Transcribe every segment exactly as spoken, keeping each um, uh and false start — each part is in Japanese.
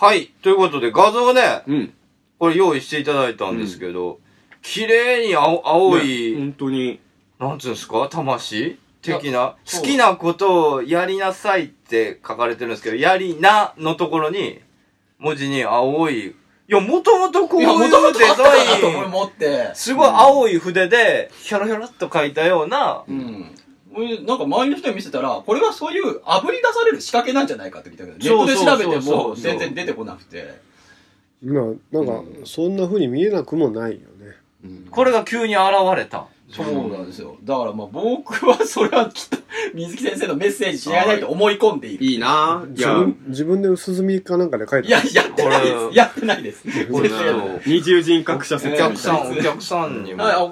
はい。ということで、画像ね、 うん。 これ用意していただいたんですけど、うん、綺麗に青青い、 本当に。 なんつうんですか魂的な。好きなことをやりなさいって書かれてるんですけど、やりなのところに、文字に青い、いや、もともとこういうデザイン、すごい青い筆で、ひょろひょろっと書いたような、 うん。なんか周りの人に見せたら、これはそういう炙り出される仕掛けなんじゃないかって聞いたけど、ネットで調べても全然出てこなくて。 まあ、なんか、そんな風に見えなくもないよね。 うん、これが急に現れた。 そうなんですよ。だからまあ僕はそれはきっと水木先生のメッセージ違いないと思い込んでいる。 いいなぁ。 自分、自分で薄墨かなんかで書いていや、やってないです。やってないです。 これ二重人格者説お客さん、お客さんにも。 はい、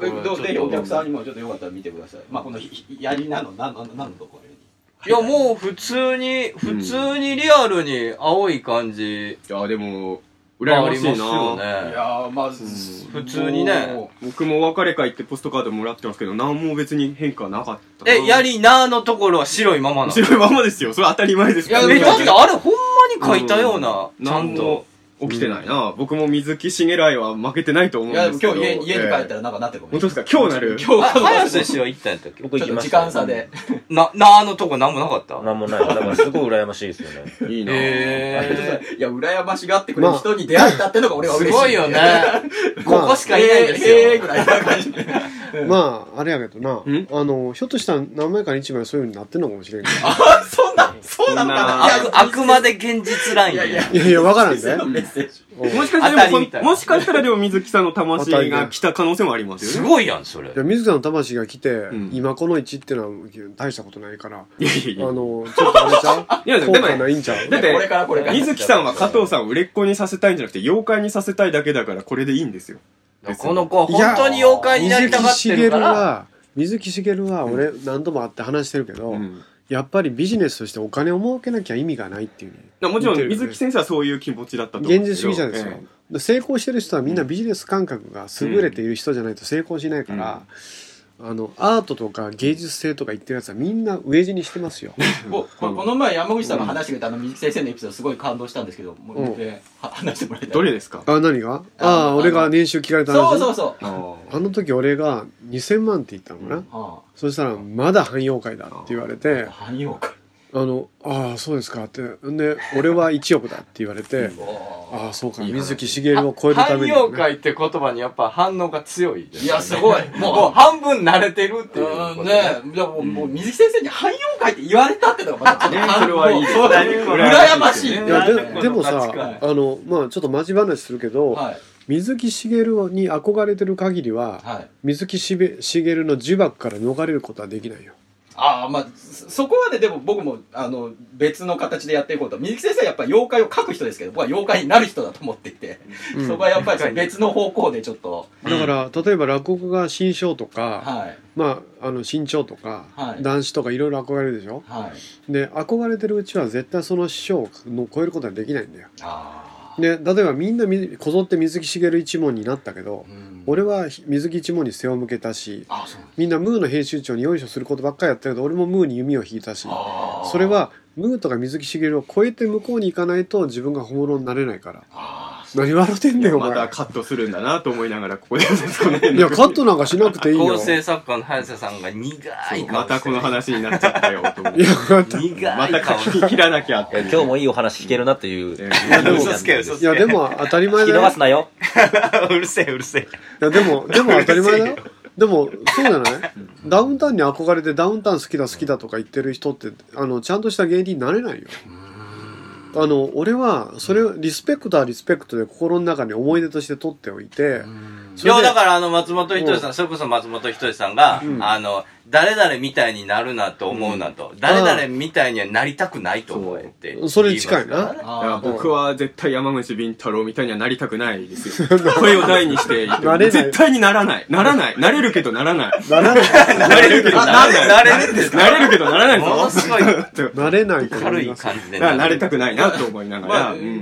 ぜひお客さんにもちょっとよかったら見てください。まあこのやりなの、なんの、なんのところに。 いや、もう普通に、普通にリアルに青い感じ。 いや、でも、羨ましいなぁ。 いやー、まず、 普通にね。 僕もお別れ会ってポストカードもらってますけど、何も別に変化なかったな。 え、やりなーのところは白いままなの？ 白いままですよ。それ当たり前ですけど。いや、だってあれほんまに書いたような、ちゃんと。 起きてないな、うん、僕も水木しげらいは負けてないと思うんですけど。 いや、でも今日家、家に帰ったらなんかなってるかも。 本当ですか？今日なる？ 今日、早瀬氏は行ったんやったっけ？ 僕行きました。 時間差で。 な、なーのとこなんもなかった？ なんもない。だからすごい羨ましいですよね。 いいなぁ。 えー。いや、羨ましがってくれる人に出会えたってのが俺は嬉しい。 すごいよね。ここしかいないですよ。 えーぐらいな感じ。 まあ、あれやけどな。あの、ひょっとしたら何枚かに一枚そういう風になってんのかもしれんけど。 あ、そんな、そうなのかな。 あくまで現実ライン。いやいや、 いやいや、わからんで。 もしかしたらでも、もしかしたらでも水木さんの魂が来た可能性もありますよね。 すごいやん、それ。 いや、水木さんの魂が来て、今この位置ってのは大したことないから、 いやいやいや。 あの、ちょっとあれちゃういや、でもないんちゃうだって、 これからこれから水木さんは加藤さんを売れっ子にさせたいんじゃなくて、妖怪にさせたいだけだからこれでいいんですよ。 この子、本当に妖怪になりたがってるから。 水木しげるは、俺何度も会って話してるけど、やっぱりビジネスとしてお金を儲けなきゃ意味がないっていうね。 もちろん水木先生はそういう気持ちだったと思うんですけど。 現実主義者ですよ、ええ、成功してる人はみんなビジネス感覚が優れている人じゃないと成功しないから、うん、あのアートとか芸術性とか言ってるやつはみんな飢え死にしてますよ。 こ, この前山口さんが話してくれたあの水木先生のエピソードすごい感動したんですけど、もう一回話してもらいたい。 どれですか？ あ、何が？ああ、俺が年収聞かれた話。そうそうそう。 あの時俺がにせんまんって言ったのかな、うん、そしたらまだ汎用界だって言われて、 汎用界あの、ああ、そうですかって。んで、俺はいちおくだって言われて、ああ、そうか、水木しげるを超えるために、ね。 汎用界って言葉にやっぱ反応が強い、 ね。いや、すごい。 もう半分慣れてるっていう、 ね。ねでも、もう水木先生に汎用界って言われたってのがまた、 ね、それはいい。 羨ましい。いや、で, でもさ、あの、まあちょっとマジ話するけど、はい、水木しげるに憧れてる限りは、はい、水木しげるの呪縛から逃れることはできないよ。 ああ、まあ、そこはね、でも僕も、あの、別の形でやっていこうと。水木先生はやっぱり妖怪を描く人ですけど、僕は妖怪になる人だと思っていて、うん、そこはやっぱり別の方向でちょっと。 だから、例えば落語家が新章とか、はい、まあ、あの、新潮とか、はい、男子とかいろいろ憧れるでしょ、はい、で、憧れてるうちは絶対その師匠を超えることはできないんだよ。あで、例えばみんなこぞって水木しげる一門になったけど、うん、俺は水木一門に背を向けたし、みんなムーの編集長によいしょすることばっかりやったけど、俺もムーに弓を引いたし、それはムーとか水木しげるを超えて向こうに行かないと自分が本物になれないから。何笑ってんだよお前。 またカットするんだなと思いながらここでいやカットなんかしなくていいよ。 構成作家の早瀬さんが苦い顔またこの話になっちゃったよと思って。 いやまた苦い顔また書き切らなきゃって。 今日もいいお話聞けるなっていう。 いやでも嘘つけ嘘つけ。 いやでも当たり前だよ。 聞き逃すなよ。 うるせえうるせえ。いやでもでも当たり前だよ。でもそうじゃない？ダウンタウンに憧れてダウンタウン好きだ好きだとか言ってる人ってあのちゃんとした芸人になれないよ。あの俺はそれをリスペクトはリスペクトで心の中に思い出として取っておいて、 いやだからあの松本人志さん、それこそ松本人志さんが、うん、あの誰々みたいになるなと思うなと、うん、誰々みたいにはなりたくないと思えって、 それに近いな。 いや僕は絶対山口敏太郎みたいにはなりたくないですよ。声を大にして絶対にならないならないなれるけどならないならないなれるけどならないなれるんですか？ なれるけどならないぞ。 ものすごいなれない軽い感じでなれたくないなと思いながら、 まあうん、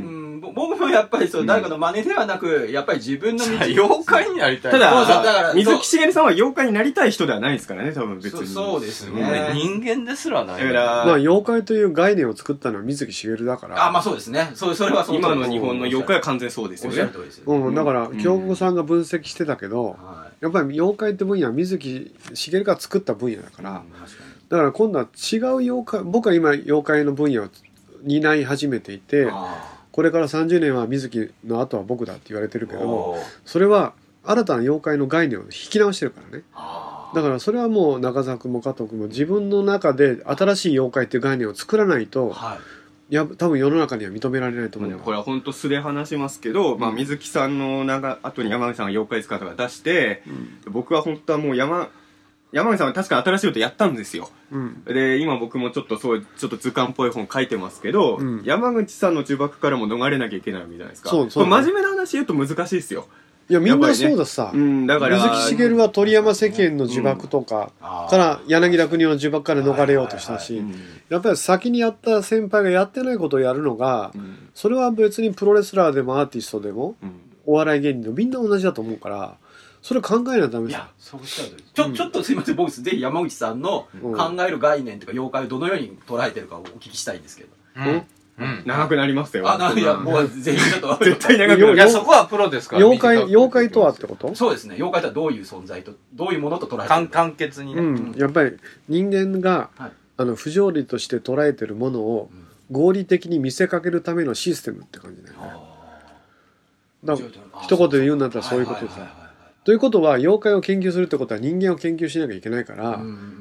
僕もやっぱりそう、誰かの真似ではなく、やっぱり自分の道。 妖怪になりたい。 ただ、だから水木しげるさんは妖怪になりたい人ではないですからね、多分別に。 そうですね。 人間ですらない。 まあ、妖怪という概念を作ったのは水木しげるだから。 あ、まあそうですね。それ、それはそう。 今の日本の妖怪は完全そうですよね。 うん、だから、京子さんが分析してたけど、やっぱり妖怪って分野は水木しげるが作った分野だから、だから今度は違う妖怪、僕は今妖怪の分野を担い始めていて、これからさんじゅうねんは水木の後は僕だって言われてるけども、それは新たな妖怪の概念を引き直してるからね。だからそれはもう中澤君も加藤君も自分の中で新しい妖怪っていう概念を作らないと、はい、いや多分世の中には認められないと思う、 ね、これは本当素で話しますけど、うん、まあ、水木さんの長後に山口さんが妖怪図鑑とか出して、うん、僕は本当はもう山山口さんは確か新しいことやったんですよ、うん、で今僕もちょっとそうちょっと図鑑っぽい本書いてますけど、うん、山口さんの呪縛からも逃れなきゃいけないわけじゃないですか。そうそう、真面目な話言うと難しいですよ。 いやみんなそうださ、ね、うん、だから水木しげるは鳥山世間の呪縛とか、うん、から柳田国の呪縛から逃れようとしたし、やっぱり先にやった先輩がやってないことをやるのが、うん、それは別にプロレスラーでもアーティストでも、うん、お笑い芸人でもみんな同じだと思うから、それ考えないとダメですよ。いや、 そうしたらちょ、うん、ちょっとすいません、僕ぜひ山口さんの考える概念とか妖怪をどのように捉えてるかをお聞きしたいんですけど。 うんうん、長くなりますよ。 あ、いや、もうぜひちょっと。 絶対長くなる。 いや、そこはプロですから。 妖怪、妖怪とはってこと？ そうですね。妖怪とはどういう存在と、どういうものと捉えてるか。簡潔にね。 うん。やっぱり人間が、はい、あの、不条理として捉えてるものを合理的に見せかけるためのシステムって感じだよね。だから一言で言うんだったらそういうことです。ということは、妖怪を研究するってことは人間を研究しなきゃいけないから、うん、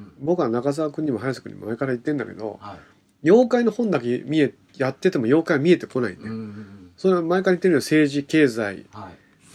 僕は中澤君にも早瀬君にも前から言ってんだけど、はい、妖怪の本だけ見えやってても妖怪は見えてこないね、うんうん、それは前から言ってるように政治経済、はい、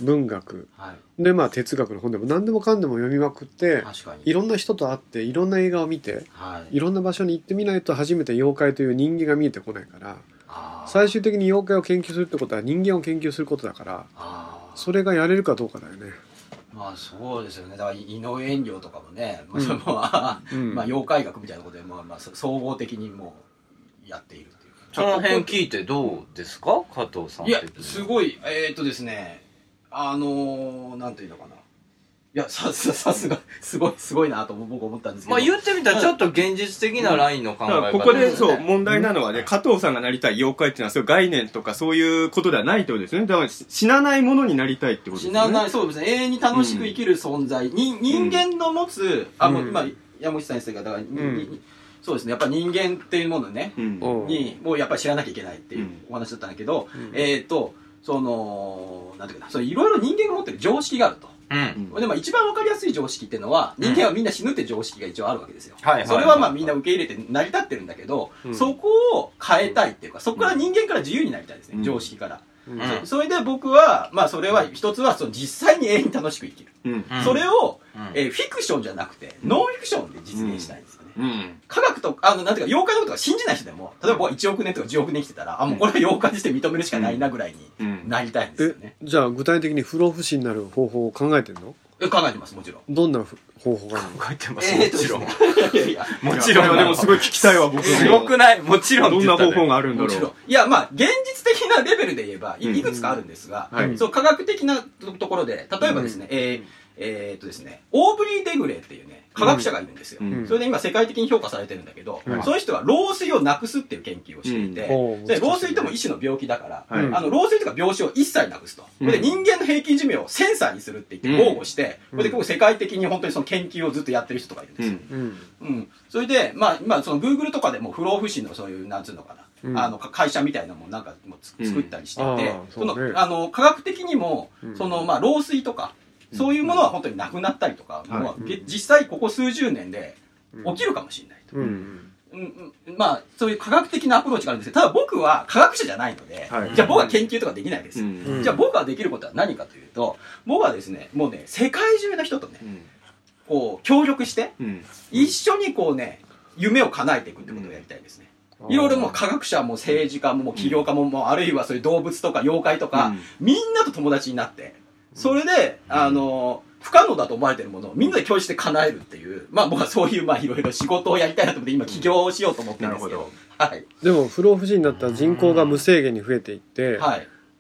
文学、はい、でまあ哲学の本でも何でもかんでも読みまくっていろんな人と会っていろんな映画を見て、はい、いろんな場所に行ってみないと初めて妖怪という人間が見えてこないから、最終的に妖怪を研究するってことは人間を研究することだから、それがやれるかどうかだよね。 まあそうですよね。だから井上遠慮とかもね、まあ、それも、うん、まあ妖怪学みたいなことで、まあ、まあ総合的にもうやっているっていう。 その辺聞いてどうですか、加藤さん。 いや、すごい、えー、っとですね、あのー、なんていうのかな。いや、さす、さすが、すごい、すごいなと僕思ったんですけど。 まあ言ってみたらちょっと現実的なラインの考え方、ね、 ここで、そう、問題なのはね、うん、加藤さんがなりたい妖怪っていうのは、そういう概念とかそういうことではないってことですね。だから死なないものになりたいってことですね。 死なない、そうですね。永遠に楽しく生きる存在。うん、に人間の持つ、うん、あ、もう今、山口先生が、だから、うん、そうですね。やっぱ人間っていうものね、うん、に、もうやっぱり知らなきゃいけないっていうお話だったんだけど、うん、えっと、その、なんていうかな、そういろいろ人間が持ってる常識があると。うん、でも一番わかりやすい常識っていうのは、人間はみんな死ぬって常識が一応あるわけですよ。うん、それはまあみんな受け入れて成り立ってるんだけど、うん、そこを変えたいっていうか、そこから人間から自由になりたいですね、うん、常識から。うん、そ, それで僕は、まあそれは一つはその実際に永遠に楽しく生きる。うん、それを、うんえー、フィクションじゃなくて、ノンフィクションで実現したいんですよね。うん、科学と、あの、なんていうか、妖怪のことが信じない人でも、例えば僕はいちおくねんとかじゅうおくねん生きてたら、あ、もうこれは妖怪として認めるしかないなぐらいになりたいんですよね。 え、じゃあ具体的に不老不死になる方法を考えてるの？ 考えてます、もちろん。 どんな方法があるの？ 考えてます、もちろん。いやいや、 もちろん。でもすごい聞きたいわ、僕。 すごくない？もちろん。 どんな方法があるんだろう。もちろん。 いや、まあ、現実的なレベルで言えば、いくつかあるんですが、そう、科学的なところで、例えばですね、えー、えー、っとですね、オーブリー・デグレーっていうね、科学者がいるんですよ。うん、それで今世界的に評価されてるんだけど、うん、その人は老衰をなくすっていう研究をしていて、うん、で老衰っても一種の病気だから、はい、あの老衰とか病死を一切なくすと。うん、で人間の平均寿命をセンサーにするって言って豪語して、うん、で僕世界的に本当にその研究をずっとやってる人とかいるんですよ。うんうん、それで、まあ、今その Google とかでも不老不死のそういう、なんつうのかな、うん、あの会社みたいなもんなんかも作ったりしていて、うん、その、ね、あの科学的にも、そのまあ老衰とか、そういうものは本当になくなったりとか、はい、実際ここ数十年で起きるかもしれないと。うんうんうん、まあ、そういう科学的なアプローチがあるんですけど、ただ僕は科学者じゃないので、はい、じゃあ僕は研究とかできないです、うん。じゃあ僕ができることは何かというと、僕はですね、もうね、世界中の人とね、うん、こう、協力して、うん、一緒にこうね、夢を叶えていくってことをやりたいですね。いろいろもう科学者も政治家ももう起業家も、もうあるいはそういう動物とか妖怪とか、うん、みんなと友達になって、それで、あの、不可能だと思われてるものをみんなで共有して叶えるっていう、まあ僕はそういう、まあいろいろ仕事をやりたいなと思って今起業をしようと思ってるんですけど。はい。 でも不老不死になったら人口が無制限に増えていって、はい。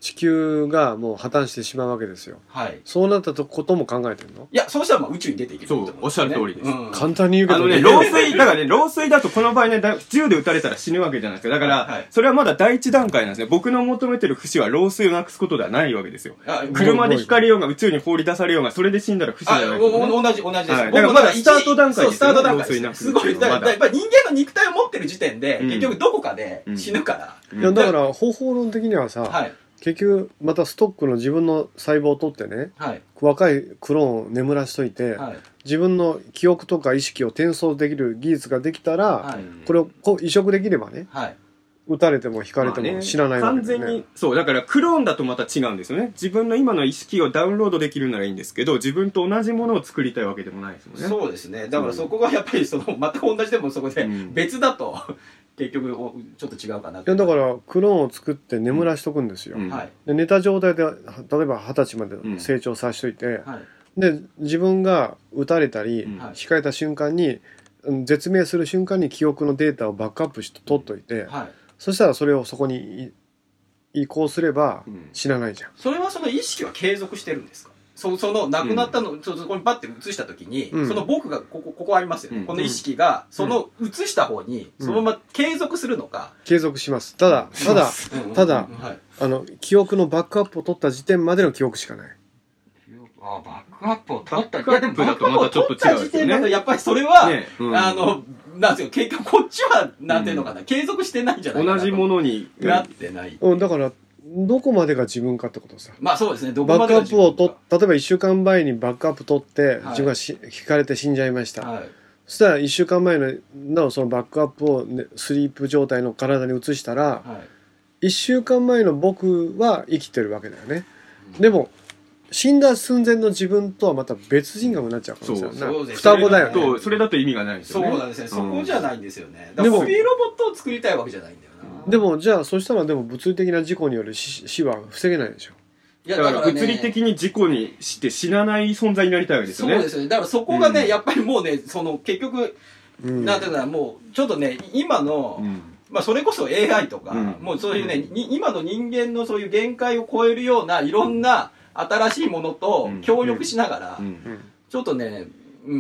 地球がもう破綻してしまうわけですよ。 はい。 そうなったことも考えてるの？ いや、そうしたらまあ宇宙に出ていける、 ね。そう、おっしゃる通りです。うん、 簡単に言うけどね。あのね、老衰、だからね、老衰だとこの場合ね、銃で撃たれたら死ぬわけじゃないですか。だから、はい、それはまだ第一段階なんですね。僕の求めてる不死は老衰をなくすことではないわけですよ。車でひかれようが宇宙に放り出されようが、それで死んだら不死じゃないですか、ね。 同じ、同じです。 はい、だからまだスタート段階ですよ、ね。 スタート段階です。すごい。だからやっぱり人間の肉体を持ってる時点で、うん、結局どこかで死ぬから。 うんうん、いや、だから方法論的にはさ、はい、結局またストックの自分の細胞を取ってね、はい、若いクローンを眠らしといて、はい、自分の記憶とか意識を転送できる技術ができたら、はい、これをこう移植できればね、はい、撃たれても引かれても死なないわけですね。 完全にそうだからクローンだとまた違うんですよね。自分の今の意識をダウンロードできるならいいんですけど、自分と同じものを作りたいわけでもないですもんね。 そうですね。だからそこがやっぱりその全く同じでもそこで別だと、うん結局ちょっと違うかな。いやだからクローンを作って眠らしとくんですよ、うん、で寝た状態で例えばはたちまで成長させといて、うんはい、で自分が撃たれたり、うん、引かれた瞬間に絶命する瞬間に記憶のデータをバックアップして取っといて、はい、そしたらそれをそこに移行すれば死なないじゃん、うん、 それはその意識は継続してるんですか？そ, その亡くなったのを、うん、そこにバッて移した時に、うん、その僕がここここありますよね、うん、この意識がその移した方にそのまま継続するのか、 うん、継続します。ただただただ、うんはい、あの記憶のバックアップを取った時点までの記憶しかない。 ああバックアップを取ったバックアップだとまたちょっと違うですよね。 やっぱりそれは、ねうん、あのなんですよ結局こっちはなんていうのかな、うん、継続してないんじゃないかな同じものになってない、 うん、だからどこまでが自分かってことさ。 まあそうですね。どこまでが自分か。バックアップをと例えばいっしゅうかんまえにバックアップ取って、はい、自分がし引かれて死んじゃいました、はい、そしたらいっしゅうかんまえのなおそのバックアップを、ね、スリープ状態の体に移したら、はい、いっしゅうかんまえの僕は生きてるわけだよね、うん、でも死んだ寸前の自分とはまた別人格になっちゃうからさ、そう双子だよね。 それだと意味がないですよね。 そうなんですね。そこじゃないんですよね。だからコピーロボットを作りたいわけじゃないんだよな。 でもじゃあそしたらでも物理的な事故による 死, 死は防げないでしょ。 いやだから物理的に事故にして死なない存在になりたいわけですよね。 そうですよね。だからそこがね、うん、やっぱりもうね、その結局、うん、なんていうかもうちょっとね今の、うんまあそれこそ エーアイ とか、うん、もうそういうね、うん、今の人間のそういう限界を超えるようないろんな新しいものと協力しながら、うんうん、ちょっとね、うん、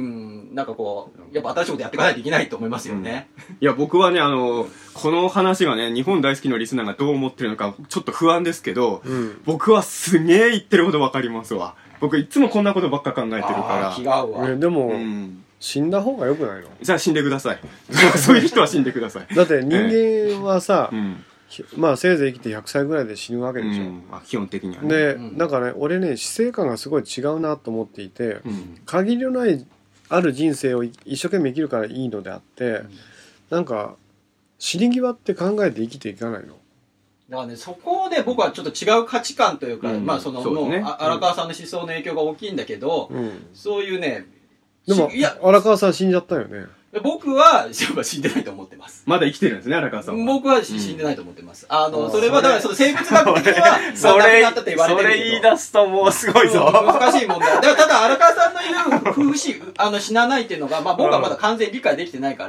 なんかこう、やっぱ新しいことやっていかないといけないと思いますよね。 うん、いや、僕はね、あの、この話がね、日本大好きのリスナーがどう思ってるのか、ちょっと不安ですけど、うん、僕はすげえ言ってることわかりますわ。僕いつもこんなことばっか考えてるから。 違うわ。 ね、でも、うん死んだ方が良くないの？ じゃあ死んでください。そういう人は死んでください。 だって人間はさ、えーうんまあせいぜい生きてひゃくさいぐらいで死ぬわけでしょ、うんまあ、 基本的にはねで、うん、なんかね俺ね死生観がすごい違うなと思っていて、うん、限りのないある人生を一生懸命生きるからいいのであって、うん、なんか死に際って考えて生きていかないの？ だからねそこで僕はちょっと違う価値観というか、うん、まあそのそう、ね、もう荒川さんの思想の影響が大きいんだけど、うん、そういうねでもいや荒川さん死んじゃったよね。 僕は死んでないと思ってます。 まだ生きてるんですね、荒川さんは。 僕は死んでないと思ってます。うん、あの、それは、だからその生物学的には、 それ、それ、それ言い出すともうすごいぞ。 難しい問題。だから、ただ荒川さんの言う、不死、あの、死なないっていうのが、まあ僕はまだ完全に理解できてないから、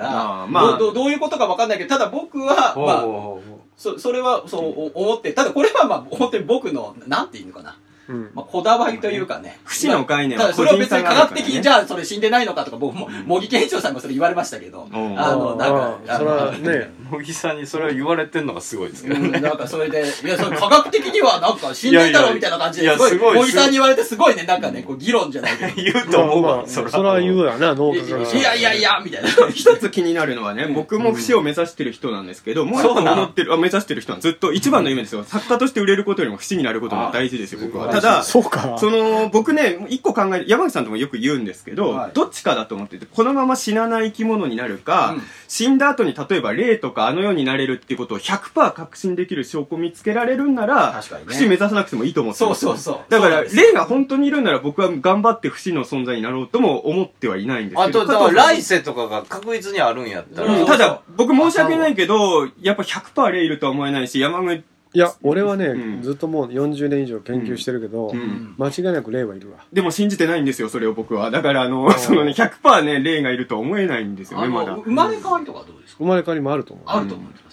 まあ、ど, どういうことかわかんないけど、ただ僕は、まあ、そ, それはそう思って、ただこれはまあ、本当に僕の、なんていうのかな。うんまあ、こだわりというかね。 不死の概念は、 まあ、それを別に科学的に、じゃあそれ死んでないのかとか、僕も、茂木健一郎さんもそれ言われましたけど、あの、なんか、 それはね、 茂木さんにそれを言われてんのがすごいですけど、 ね。うん、なんかそれで、いや、それ科学的にはなんか死んでんだろみたいな感じで、すごい、茂木さんに言われてすごいね、なんかね、こう議論じゃないけど。 言うと思うわ、 それは言うやな、脳科学。 いやいやいや、みたいな。 一つ気になるのはね、僕も不死を目指してる人なんですけど、もう一つ思ってる、あ、目指してる人はずっと一番の夢ですよ。作家として売れることよりも不死になることが大事ですよ、僕は。ただ、 そうか。 その僕ね一個考え山口さんともよく言うんですけど、はい、どっちかだと思っててこのまま死なない生き物になるか、うん、死んだ後に例えば霊とかあの世になれるっていうことを ひゃくパーセント 確信できる証拠を見つけられるんなら、ね、不死目指さなくてもいいと思ってます。 そうそうそうだから霊が本当にいるんなら僕は頑張って不死の存在になろうとも思ってはいないんですけど、 あとだから来世とかが確実にあるんやったら、 うん、ただ僕申し訳ないけどやっぱ ひゃくパーセント 霊いるとは思えないし山口いや俺はね、うん、ずっともうよんじゅうねん以上研究してるけど、うん、間違いなく霊はいるわ。 でも信じてないんですよそれを僕は。だからあのそのね ひゃくパーセント ね霊がいるとは思えないんですよねまだ。 生まれ変わりとかどうですか？ 生まれ変わりもあると思う。 あると思います。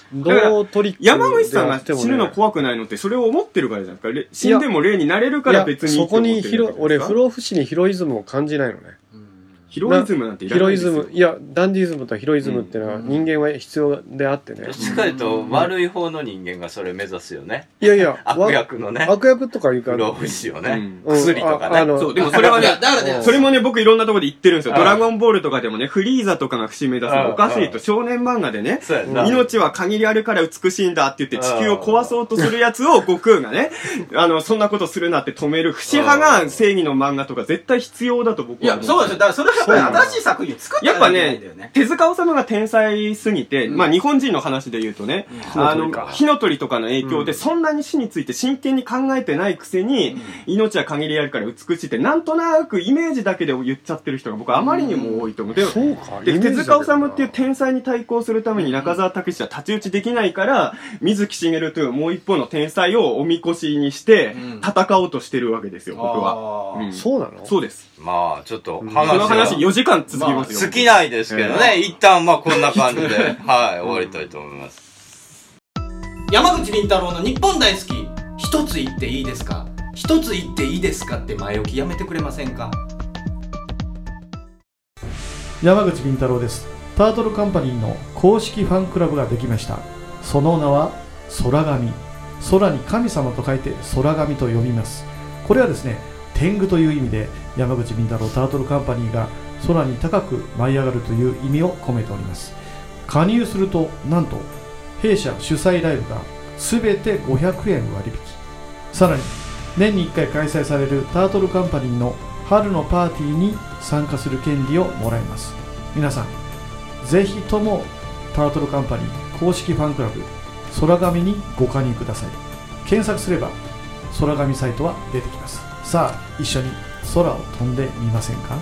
どうトリック山口さんが死ぬの怖くないのってそれを思ってるからじゃないですか。死んでも霊になれるから別にいいそこにヒロ俺不老不死にヒロイズムを感じないのね。 ヒロイズムなんていらないですよ。 ヒロイズム、いや、ダンディズムとヒロイズムっていうのは人間は必要であってね。 どっちかというと、悪い方の人間がそれ目指すよね。 いやいや、 悪役のね。 悪役とかいうか、 不老不死をね。薬とかね。 そう、でもそれはね、それもね、僕いろんなところで言ってるんですよ。ドラゴンボールとかでもね、フリーザとかが不死目指すのおかしいと、少年漫画でね、命は限りあるから美しいんだって言って地球を壊そうとするやつを悟空がね、あの、そんなことするなって止める不死派が正義の漫画とか絶対必要だと僕は思う。 いや、そうですよ。だからそれはやっぱり新しい作やっぱね、手塚治虫が天才すぎて、うん、まあ日本人の話で言うとね、うん、あの、火の鳥とかの影響でそんなに死について真剣に考えてないくせに、うん、命は限りあるから美しいってなんとなくイメージだけで言っちゃってる人が僕はあまりにも多いと思う。で、 そうか。 で手塚治虫っていう天才に対抗するために中澤武史は太刀打ちできないから、水木しげるというもう一方の天才をおみこしにして戦おうとしてるわけですよ、僕は。 うん、そうなの？ そうです。 まあ、ちょっと話、この話よじかん続きますよ。 尽きないですけどね、えー、一旦まあこんな感じで、はい、終わりたいと思います。 山口倫太郎の日本大好き、一つ言っていいですか？一つ言っていいですかって前置きやめてくれませんか？ 山口倫太郎です。タートルカンパニーの公式ファンクラブができました。その名は空神。空に神様と書いて空神と呼びます。これはですね、天狗という意味で山口倫太郎タートルカンパニーが空に高く舞い上がるという意味を込めております。加入するとなんと弊社主催ライブが全てごひゃくえん割引、さらに年にいっかい開催されるタートルカンパニーの春のパーティーに参加する権利をもらえます。皆さんぜひともタートルカンパニー公式ファンクラブ空神にご加入ください。検索すれば空神サイトは出てきます。さあ一緒に空を飛んでみませんか？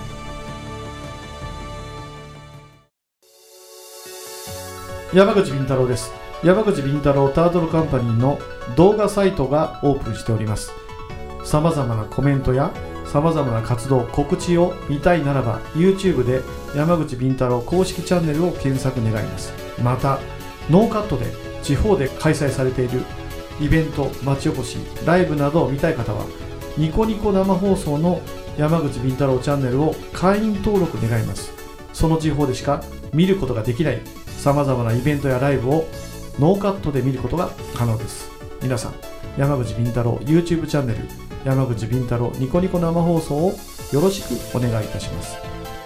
山口倫太郎です。山口倫太郎タートルカンパニーの動画サイトがオープンしております。さまざまなコメントやさまざまな活動告知を見たいならば YouTube で山口倫太郎公式チャンネルを検索願います。またノーカットで地方で開催されているイベント、町おこし、ライブなどを見たい方はニコニコ生放送の山口倫太郎チャンネルを会員登録願います。その地方でしか見ることができないさまざまなイベントやライブをノーカットで見ることが可能です。皆さん山口倫太郎 YouTube チャンネル山口倫太郎ニコニコ生放送をよろしくお願いいたします。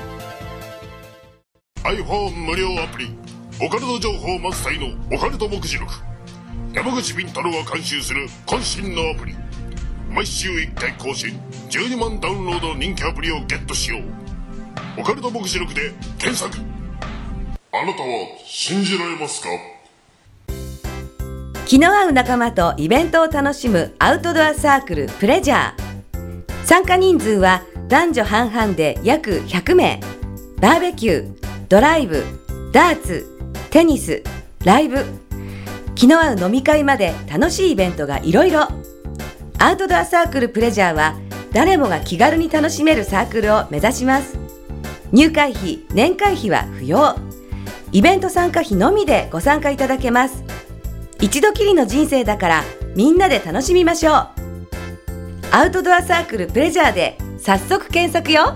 iPhone 無料アプリオカルト情報満載のオカルト目次録、山口倫太郎が監修する渾身のアプリ、毎週いっかい更新、じゅうにまんダウンロードの人気アプリをゲットしよう。オカルト目次録で検索。あなたは信じられますか？ 気の合う仲間とイベントを楽しむアウトドアサークルプレジャー。参加人数は男女半々で約ひゃくめい。バーベキュー、ドライブ、ダーツ、テニス、ライブ、気の合う飲み会まで楽しいイベントがいろいろ。アウトドアサークルプレジャーは誰もが気軽に楽しめるサークルを目指します。入会費、年会費は不要。イベント参加費のみでご参加いただけます。一度きりの人生だからみんなで楽しみましょう。アウトドアサークルプレジャーで早速検索よ。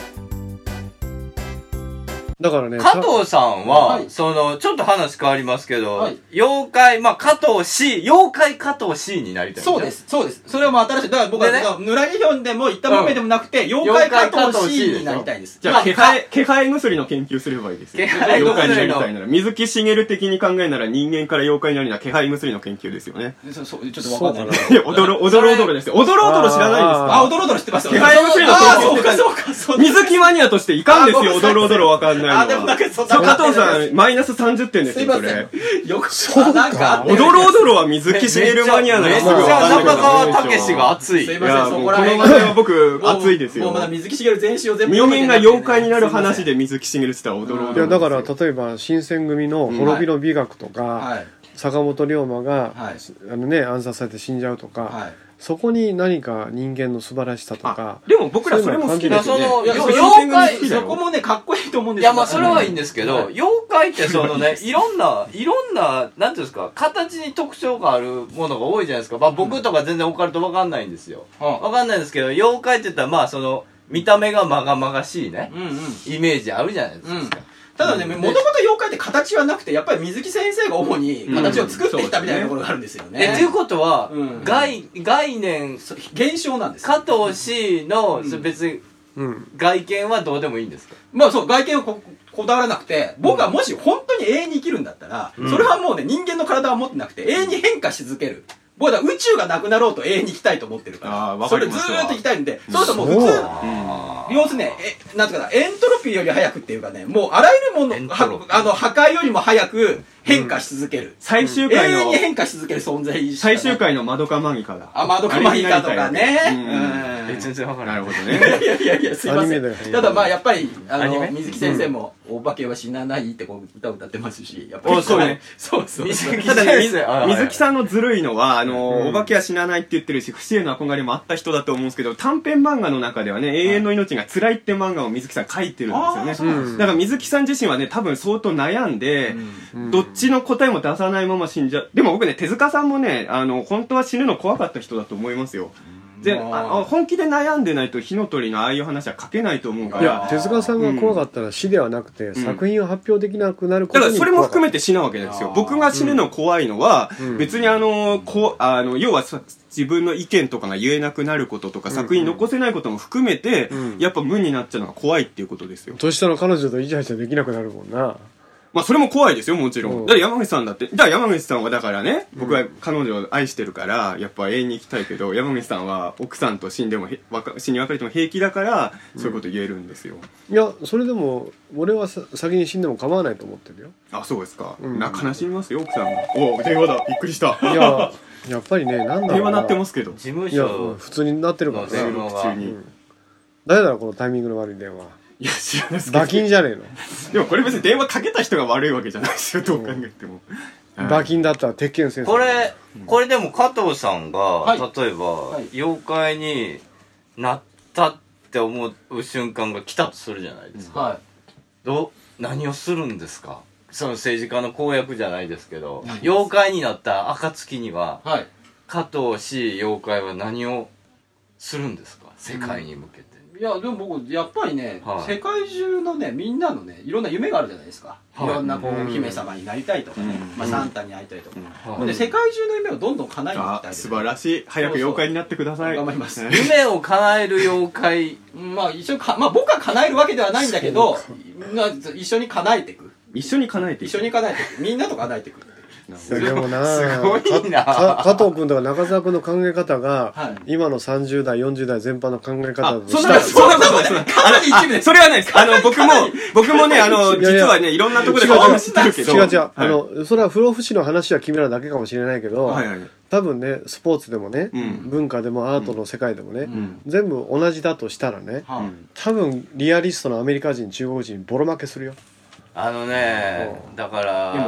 だからね、 加藤さんは、 はい、 その、ちょっと話変わりますけど、 はい、 妖怪、まあ、加藤 C、妖怪加藤 C になりたい。 そうです、そうです。それはもう新しい。だから僕は、ね、ぬらぎひょんでも言ったもめでもなくて、うん、妖怪加藤 C になりたいです。 じゃあ、気配、気配薬の研究すればいいですよ。妖怪になりたいなら、水木しげる的に考えなら人間から妖怪になるのは気配薬の研究ですよね。 そう、そう、ちょっとわかんない。 いや、おどろ、おどろおどろですよ。おどろおどろ知らないですか？ あ、おどろおどろ知ってますよ。 気配薬の研究。 あ、そうか、そうか、そうか。 水木マニアとしていかんですよ、おどろおどろわかんないのは。 あ、でもなんかそんな。 加藤さん、マイナスさんじゅってんですよ、それ。 よく、そうなんか。 おどろおどろは水木しげるマニアならすぐわかんない。 中川武史が熱い。 すいません、そこら辺。この話は僕、熱いですよ。 もうまだ水木しげる全身を全部。 人間が妖怪になる話で水木しげるって言ったらおどろおどろ。 いや、だから、例えば、新選組の滅びの美学とか、坂本龍馬が、あのね、暗殺されて死んじゃうとか、そこに何か人間の素晴らしさとか。 でも僕らそれも好きですよね。 その、妖怪、 そこもね、かっこいいと思うんですよ。いや、まあそれはいいんですけど、妖怪ってそのね、いろんな、いろんんな、なんていうんですか、形に特徴があるものが多いじゃないですか。まあ僕とか全然オカルトわかんないんですよ。わ、うん、かんないんですけど、妖怪って言ったらまあその、見た目がまがまがしいね、うんうん、イメージあるじゃないですか。うん、 ただね、もともと妖怪って形はなくて、やっぱり水木先生が主に形を作っていったみたいなところがあるんですよね。 え、ということは、うん、概、概念、 現象なんです。 加藤 C の、うん、別に、うん、外見はどうでもいいんですか？ まあそう、外見はここだわらなくて、僕はもし本当に永遠に生きるんだったら、うん、それはもうね、人間の体は持ってなくて、永遠に変化し続ける。僕は宇宙がなくなろうと永遠に生きたいと思ってるから、それずーっと生きたいんで、そうするともう普通、要するにね、え、なんていうかな、エントロピーより早くっていうかね、もうあらゆるもの、あの、破壊よりも早く変化し続ける。うん、 最終回の、 永遠に変化し続ける存在意識。 最終回のマドカマギカだ。 あ、マドカマギカとかね。 うん。全然わからない。 なるほどね。 いやいやいや、すいません。ただまあやっぱり、あの、水木先生も、お化けは死なないってこう歌を歌ってますし、やっぱり。 そうね。 そうそう。 ただね、水木さんのずるいのは、あの、お化けは死なないって言ってるし、不死への憧れもあった人だと思うんですけど、短編漫画の中ではね、永遠の命が辛いって漫画を水木さん書いてるんですよね。だから水木さん自身はね、多分相当悩んで、どっちの答えも出さないまま死んじゃう。でも僕ね、手塚さんもね、あの、本当は死ぬの怖かった人だと思いますよ。で、あ本気で悩んでないと火の鳥のああいう話は書けないと思うから。 いや、手塚さんが怖かったら死ではなくて、うん、作品を発表できなくなることに、 だからそれも含めて死なわけですよ。僕が死ぬの怖いのは、うん、別にあの、こあの、要は自分の意見とかが言えなくなることとか、うん、作品残せないことも含めて、うん、やっぱ無になっちゃうのが怖いっていうことですよ。 年下の彼女とイチャイチャできなくなるもんな。 まあそれも怖いですよ、もちろん。だから山口さんだって、じゃあ山口さんはだからね、僕は彼女を愛してるから、やっぱ永遠に生きたいけど、山口さんは奥さんと死んでも、死に別れても平気だから、そういうこと言えるんですよ。 いや、それでも、俺は先に死んでも構わないと思ってるよ。 あ、そうですか。うん、な悲しみますよ、奥さんも。お電話だ、びっくりした。 いや、やっぱりね、なんだろうな。 電話鳴ってますけど。 事務所。 普通に鳴ってるからね。 収録中に。 誰だろう、このタイミングの悪い電話。 いや、知らないですけど。 馬琴じゃねえの。 でもこれ別に電話かけた人が悪いわけじゃないですよ、どう考えても。 馬琴だったら鉄拳先生。 これ、これでも加藤さんが、はい、例えば、はい、妖怪になったって思う瞬間が来たとするじゃないですか。はい、どう、何をするんですか？その政治家の公約じゃないですけど、妖怪になった暁には、はい、加藤氏妖怪は何をするんですか？世界に向けて。うんいやでも僕やっぱりね、はい、世界中のねみんなのねいろんな夢があるじゃないですか、はい、いろんなこう、うん、姫様になりたいとかね、うんまあ、サンタに会いたいとか、うん、で世界中の夢をどんどん叶えていきたい、ね、 素晴らしい早く妖怪になってください。 頑張ります。 夢を叶える妖怪まあ一緒か、まあ、僕は叶えるわけではないんだけど一緒に叶えていく一緒に叶えていく一緒に叶えていくみんなと叶えていくでもなすごいな加藤君とか中澤君の考え方が、はい、今のさんじゅう代よんじゅう代全般の考え方としたらそんなことないですそれはないですあの僕も僕もねあの実はねいろんなところで話してるけど違う違う、はい、あのそれは不老不死の話は君らだけかもしれないけど、はいはい、多分ねスポーツでもね、うん、文化でもアートの世界でもね、うん、全部同じだとしたらね、うん、多分リアリストのアメリカ人中国人ボロ負けするよ。 あのね、だから、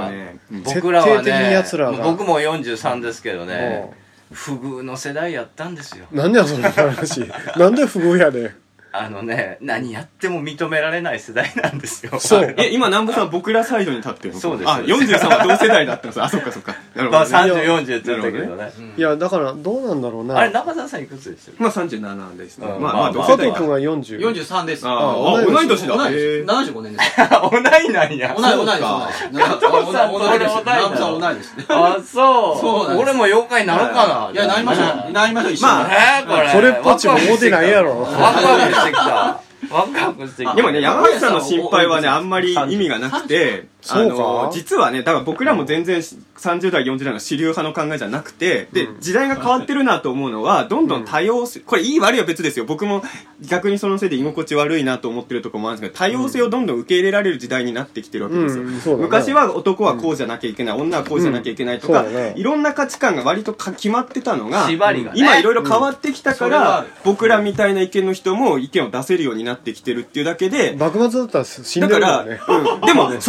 ね、僕らはね、僕もよんじゅうさんですけどね、不遇の世代やったんですよ。 なんでやその話。なんで不遇やね。 あのね、何やっても認められない世代なんですよ。 そう。え、今南部さん僕らサイドに立ってるの？そうです。あ、よんじゅうさんは同世代だったんです。あ、そっかそっか。 なるほど。まあさんじゅう、よんじゅうって言ったけどね。 いや、だからどうなんだろうな。 あれ、中澤さんいくつでした？ まあさんじゅうななですね。 まあまあ、加藤君はよんじゅう。 よんじゅうさんです。 ああ、同い年だ。 ななじゅうごねんです。 同いなんや。 同い、同いです。加藤さん、同いです。南部さん同いです。 あ、そう。そう。俺も妖怪になるかな。 いや、なりましょう。なりましょう、一緒に。 まあ、これ。 それっぽっちも思ってないやろ。 ワクワクしてきた。ワクワクしてきた。 でもね、山口さんの心配はね、あんまり意味がなくて、あの、実はね、だから僕らも全然さんじゅう代、よんじゅう代の主流派の考えじゃなくて、で、時代が変わってるなと思うのは、どんどん多様性、これいい悪いは別ですよ。僕も逆にそのせいで居心地悪いなと思ってるところもあるんですけど、多様性をどんどん受け入れられる時代になってきてるわけですよ。うん、昔は男はこうじゃなきゃいけない、女はこうじゃなきゃいけないとか、うんね、いろんな価値観が割とか決まってたのが、 縛りがね、 今いろいろ変わってきたから、うん、僕らみたいな意見の人も意見を出せるようになってきてるっていうだけで、 幕末だったら死んでるからね。 うん、でも、そこでね、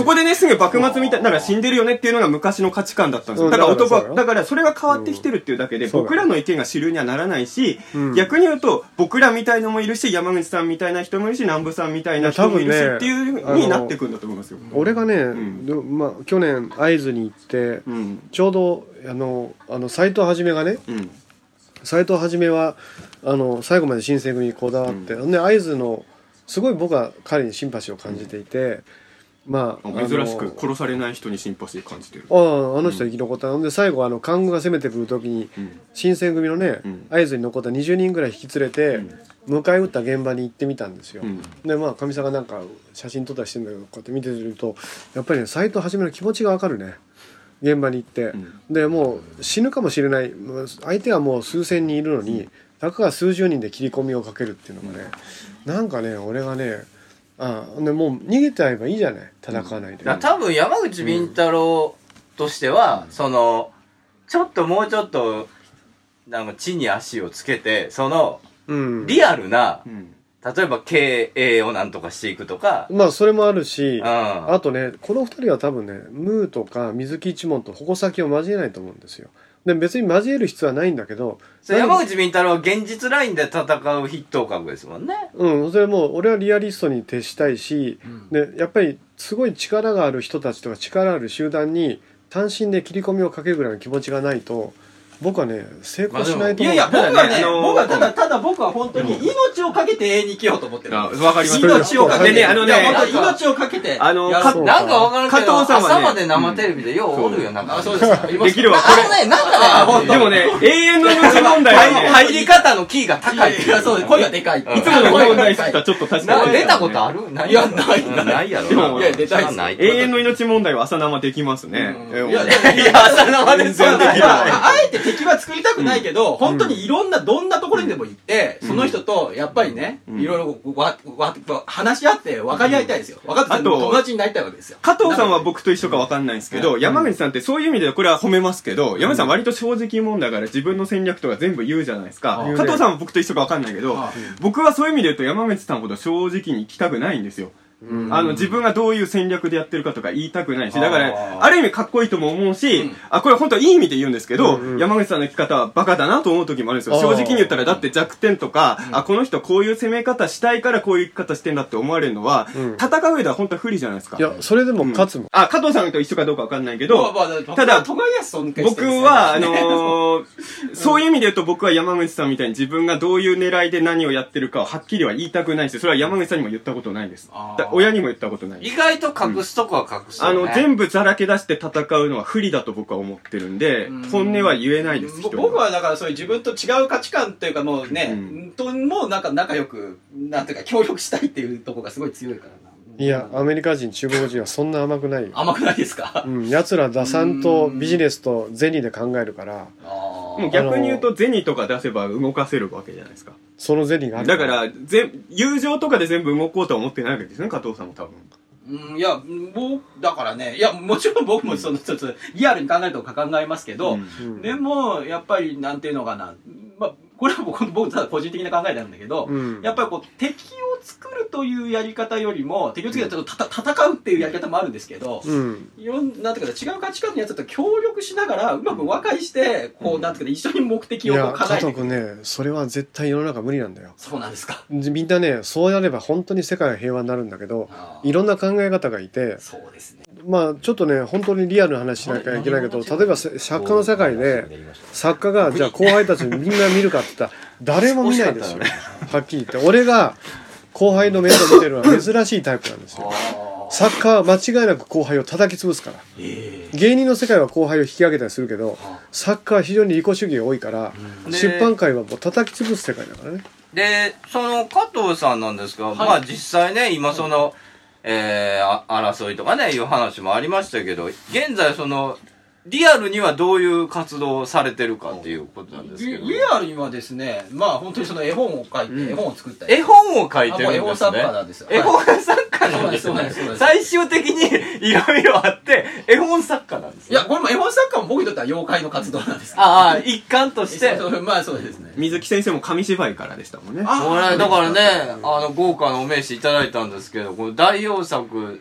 すぐ幕末みたいだから死んでるよねっていうのが昔の価値観だったんですよ。だから男はだからそれが変わってきてるっていうだけで、僕らの意見が主流にはならないし、逆に言うと僕らみたいのもいるし、山口さんみたいな人もいるし、南部さんみたいな人もいるしっていう風になってくるんだと思いますよ。 俺がね、まあ去年会津に行ってちょうどあのあの斎藤はじめがね、斎藤はじめはあの最後まで新選組にこだわって、で会津のすごい僕は彼にシンパシーを感じていて、まあ珍しく殺されない人にシンパシー感じてる。 あああの人は生き残ったので、最後あの官軍が攻めてくる時に新選組のね会津に残ったにじゅうにんぐらい引き連れて迎え撃った現場に行ってみたんですよ。でまあかみさんがなんか写真撮ったりしてるんだけど、こうやって見てるとやっぱりね斎藤はじめの気持ちがわかるね。現場に行って、でもう死ぬかもしれない、相手はもう数千人いるのにたかが数十人で切り込みをかけるっていうのがね、なんかね俺がね、ああでもう逃げてあればいいじゃない、戦わないで。 だ多分山口敏太郎としては、うん、そのちょっともうちょっとなんか地に足をつけて、その、うん、リアルな、うん、例えば経営をなんとかしていくとか、 まあそれもあるし、うん、あとねこのふたりは多分ねムーとか水木一門と矛先を交えないと思うんですよ。で別に交える必要はないんだけど、 山口敏太郎は現実ラインで戦う筆頭格ですもんね。 うん、それも俺はリアリストに徹したいし、うん、でやっぱりすごい力がある人たちとか力ある集団に単身で切り込みをかけるぐらいの気持ちがないと僕はね成功しないと思う。 いやいや僕はね、僕はただただ僕は本当に命をかけて永遠に生きようと思ってる。 わかります。 命をかけて、 あのね、 命をかけて、 あのなんかわからんけど、朝まで生テレビでようおるよなんか。 そうですか。 できるわ。 これねなんかね、 でもね永遠の命問題入り方のキーが高い。 いやそうです。声がでかい。いつもの問題するとちょっと確かに。 出たことある？ いやないないやろ。 いや出たいです。 永遠の命問題は朝生できますね。 いやいや朝生で全然できる。あえて敵は作りたくないけど、本当にいろんなどんなところにでも行って、その人とやっぱりね、いろいろわわ話し合って分かり合いたいですよ。分かって友達になりたいわけですよ。 加藤さんは僕と一緒か分かんないんですけど、山口さんってそういう意味ではこれは褒めますけど、山口さん割と正直者だから自分の戦略とか全部言うじゃないですか。加藤さんは僕と一緒か分かんないけど、僕はそういう意味で言うと山口さんほど正直に行きたくないんですよ。あの自分がどういう戦略でやってるかとか言いたくないし、だからある意味かっこいいとも思うし、うん、あこれ本当いい意味で言うんですけど、うんうん、山口さんの生き方はバカだなと思う時もあるんですよ。正直に言ったらだって弱点とか、うん、あこの人こういう攻め方したいからこういう生き方してんだって思われるのは、うん、戦う上では本当は不利じゃないですか。 いやそれでも勝つもん、うん、 あ加藤さんと一緒かどうか分かんないけど、ただ僕はあのー、そういう意味で言うと僕は山口さんみたいに自分がどういう狙いで何をやってるかをはっきりは言いたくないし、それは山口さんにも言ったことないです。親にも言ったことない。 意外と隠すとこは隠す、ね、 あの全部ざらけ出して戦うのは不利だと僕は思ってるんで、本音は言えないです。 僕はだからそういう自分と違う価値観っていうかもうね、うん、ともなんか仲良くなんていうか協力したいっていうところがすごい強いからな。 いやアメリカ人中国人はそんな甘くないよ。 甘くないですか。 うん奴ら打算とビジネスと銭で考えるから。 もう逆に言うと銭とか出せば動かせるわけじゃないですか。 その銭があるだからぜ友情とかで全部動こうとは思ってないわけですね、加藤さんも多分。 うん、いや、僕、だからね、いや、もちろん僕もその一つ、リアルに考えると考えますけど、うん、でも、やっぱり、なんていうのかな、まあ、これは僕、僕ただ個人的な考えなんだけど、うん、やっぱりこう、敵を作るというやり方よりも、敵を作るとたた戦うっていうやり方もあるんですけど、うん、いろんな、なんていうか、違う価値観のやつと協力しながら、うまく和解して、こう、うん、なんていうか、一緒に目的をこう叶えていく。いや、加藤君ね、それは絶対世の中無理なんだよ。 そうなんですか。 みんなね、そうやれば本当に世界は平和になるんだけど、いろんな考え方がいて、 そうですね。 まあちょっとね本当にリアルな話しなきゃいけないけど、例えば作家の世界で作家がじゃあ後輩たちにみんな見るかって言ったら誰も見ないですよ、はっきり言って。俺が後輩の面倒見てるのは珍しいタイプなんですよ。作家は間違いなく後輩を叩き潰すから。芸人の世界は後輩を引き上げたりするけど、作家は非常に利己主義が多いから、出版界はもう叩き潰す世界だからね。 でその加藤さんなんですが、はい、まあ実際ね今その、えー、争いとかねいう話もありましたけど、現在そのリアルにはどういう活動をされてるかっていうことなんですけど、 リアルにはですね、まあ本当にその絵本を書いて、うん、絵本を作ったり、 絵本を書いてるんですね。 絵本作家なんですよ。 絵本作家なんですね。最終的にいろいろあって絵本作家なんですね。 いやこれも絵本作家も僕にとっては妖怪の活動なんです。 ああ一環として。 まあそうですね。 水木先生も紙芝居からでしたもんね。 ああだからね、あの豪華なお名刺いただいたんですけど、この代表作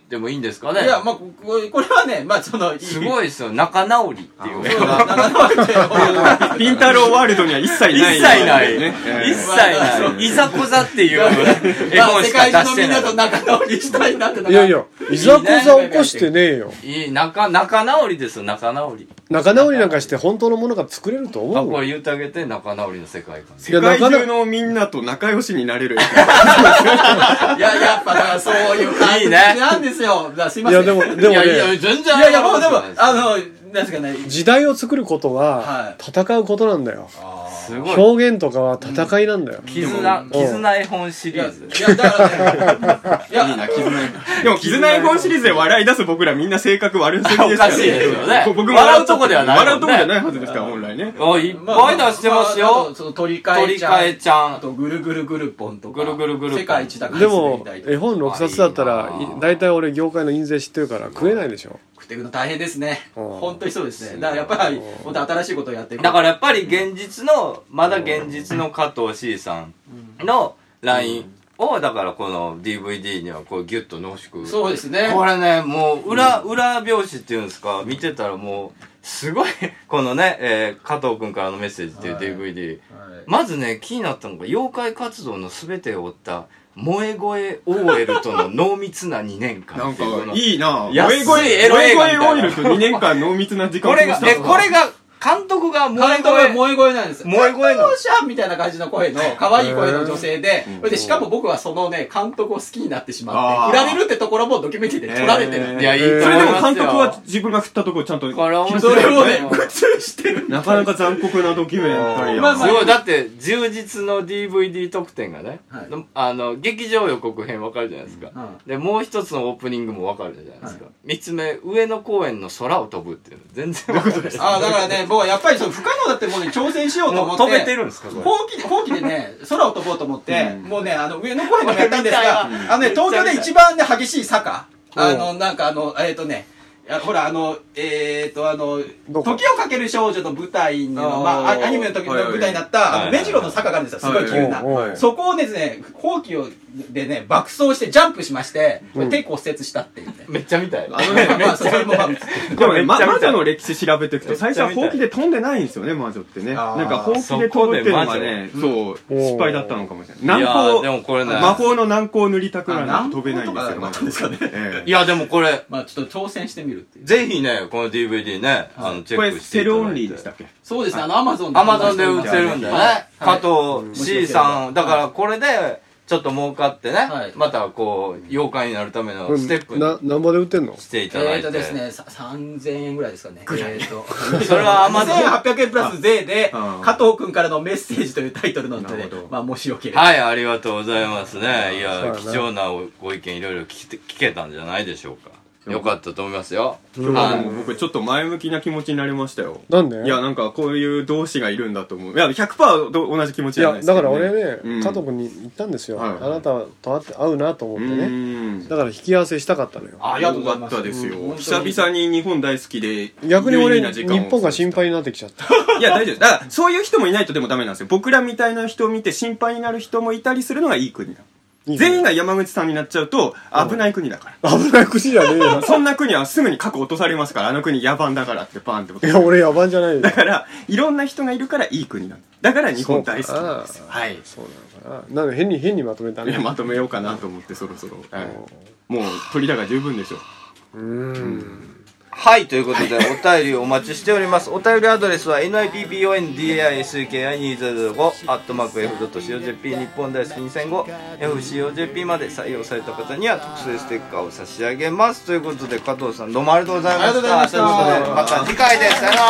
でもいいんですかね。 いや、まあ、これはね、まあ、その、 すごいですよ。仲直りっていう。 仲直りっていう。 ピン太郎ワールドには一切ない。 一切ない。一切ない。いざこざっていう絵本しか出してない。世界中のみんなと仲直りしたいなって。 いやいや、いざこざ起こしてねえよ。 いい、仲、仲直りですよ、仲直り。 仲直りなんかして本当のものが作れると思う。 あ、これ言ってあげて、仲直りの世界観。 世界中のみんなと仲良しになれる。いや、やっぱ、だからそういう感じなんですよ。すいません。 いや、でも、でもね。いや、 いや、全然。 いやいや、もうでも、あの、なんですかね。 時代を作ることは、戦うことなんだよ。 すごい。 表現とかは戦いなんだよ。 絆、絆絵本シリーズ。 いや、だからね。 いや、いいな、絆絵本。でも、絆絵本シリーズで笑い出す僕らみんな性格悪すぎですからね。おかしいですよね。僕も笑うとこではない。 笑うとこじゃないはずですから、本来ね。 あ、いっぱい出してますよ。 鳥飼鳥飼ちゃん。 あと、ぐるぐるぐるぽんとか。 ぐるぐるぐるぽん。 世界一高い。 でも、絵本ろくさつだったら、大体俺業界の印税知ってるから食えないでしょ。 食っていくの大変ですね。本当にそうですね。だからやっぱり、本当新しいことをやっていく。 だからやっぱり現実の、まだ現実の加藤 C さんの ライン を、だからこの ディーブイディー にはこうギュッと濃縮。 そうですね。 これね、もう裏、裏表紙っていうんですか、見てたらもう、すごい、このね、えー、加藤くんからのメッセージっていう ディーブイディー。まずね、気になったのが、妖怪活動の全てを追った、萌え声 オーエル との濃密なにねんかん。 なんか、いいな。 萌え声エロ映画みたいな。 萌え声 オーエル とにねんかん濃密な時間を過ごした。これが、え、これが、監督が萌え声。萌え声なんです。 萌え声の。 シャンみたいな感じの声の、可愛い声の女性で、それで、しかも僕はそのね、監督を好きになってしまって、振られるってところもドキュメンタリーで撮られてる。 いや、いい。 それでも監督は自分が振ったところちゃんと、 それをね、映してる。 なかなか残酷なドキュメンタリーや。すごい、だって、充実の ディーブイディー 特典がね、あの、劇場予告編わかるじゃないですか。で、もう一つのオープニングもわかるじゃないですか。三つ目、上野公園の空を飛ぶっていうの、全然わかるです。 あ、だからね、僕はやっぱりそう、不可能だってものに挑戦しようと思って。 飛べてるんですか、 本気で、本気でね、空を飛ぼうと思って、もうね、あの、上野公園でもやったんですが、あのね、東京で一番ね、激しい坂。あの、なんかあの、えっとね、ほら、あの、えっと、あの、時をかける少女の舞台の、まあ、アニメの時の舞台になった、あの、目白の坂があるんですよ、すごい急な。そこをですね、ほうきを、でね、爆走してジャンプしまして、手骨折したっていうね。 めっちゃ見たい。 あのね、まあ、それもまあ、 でもね、魔女の歴史調べていくと、最初はほうきで飛んでないんですよね、魔女ってね。なんかほうきで飛ぶっていうのがね、そう、失敗だったのかもしれない。難攻、でもこれね、魔法の難攻を塗りたくらないと飛べないんですよ。 いや、でもこれ、 まあちょっと挑戦してみるっていう。 ぜひね、この ディーブイディー ね、あの、チェックしていただいて。これ、セルオンリーでしたっけ？ そうですね、あの、アマゾンで。 アマゾンで売ってるんだよね。加藤 C さん、だからこれで、ちょっと儲かってね、またこう、妖怪になるためのステップに。 な、何ぼで売ってんの？ していただいて。 えっとですね、さんぜんえんぐらいですかね。えっと。 それはアマゾン。 せんはっぴゃくえんプラス税で、加藤くんからのメッセージというタイトルなので、まあ、もしよければ。 はい、ありがとうございますね。いや、貴重なご意見いろいろ聞けたんじゃないでしょうか。よかったと思いますよ。 今日は僕ちょっと前向きな気持ちになりましたよ。 なんで？ いや、なんかこういう同志がいるんだと思う。いや、ひゃくパーセント 同じ気持ちじゃないですか。 いや、だから俺ね、加藤君に言ったんですよ。あなたと会うなと思ってね。だから引き合わせしたかったのよ。 ありがとうございます。 よかったですよ。久々に日本大好きで。 逆に俺、日本が心配になってきちゃった。 いや、大丈夫。だから、そういう人もいないとでもダメなんですよ。僕らみたいな人を見て心配になる人もいたりするのがいい国だ。全員が山口さんになっちゃうと危ない国だから。 危ない国じゃねえよ。 そんな国はすぐに核落とされますから、あの国野蛮だからってパーンってこと。 いや、俺野蛮じゃないよ。 だから、いろんな人がいるからいい国なんだ。だから日本大好きなんですよ。はい。 そうなのかな。なんか変に変にまとめたね。 いや、まとめようかなと思ってそろそろ。もう鳥だが十分でしょう。 うーん。 はい、ということで、お便りをお待ちしております。お便りアドレスは ナインピーピーオーエヌディーエーアイエスイーケーアイにせんご アットマーク エフドットシーオージェーピー 日本大好きにせんご エフシーオージェーピー まで採用された方には特製ステッカーを差し上げます。ということで、加藤さんどうもありがとうございました。ありがとうございました。ということで、また次回です。さよなら。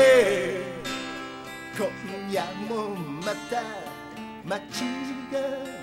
今夜もまた街が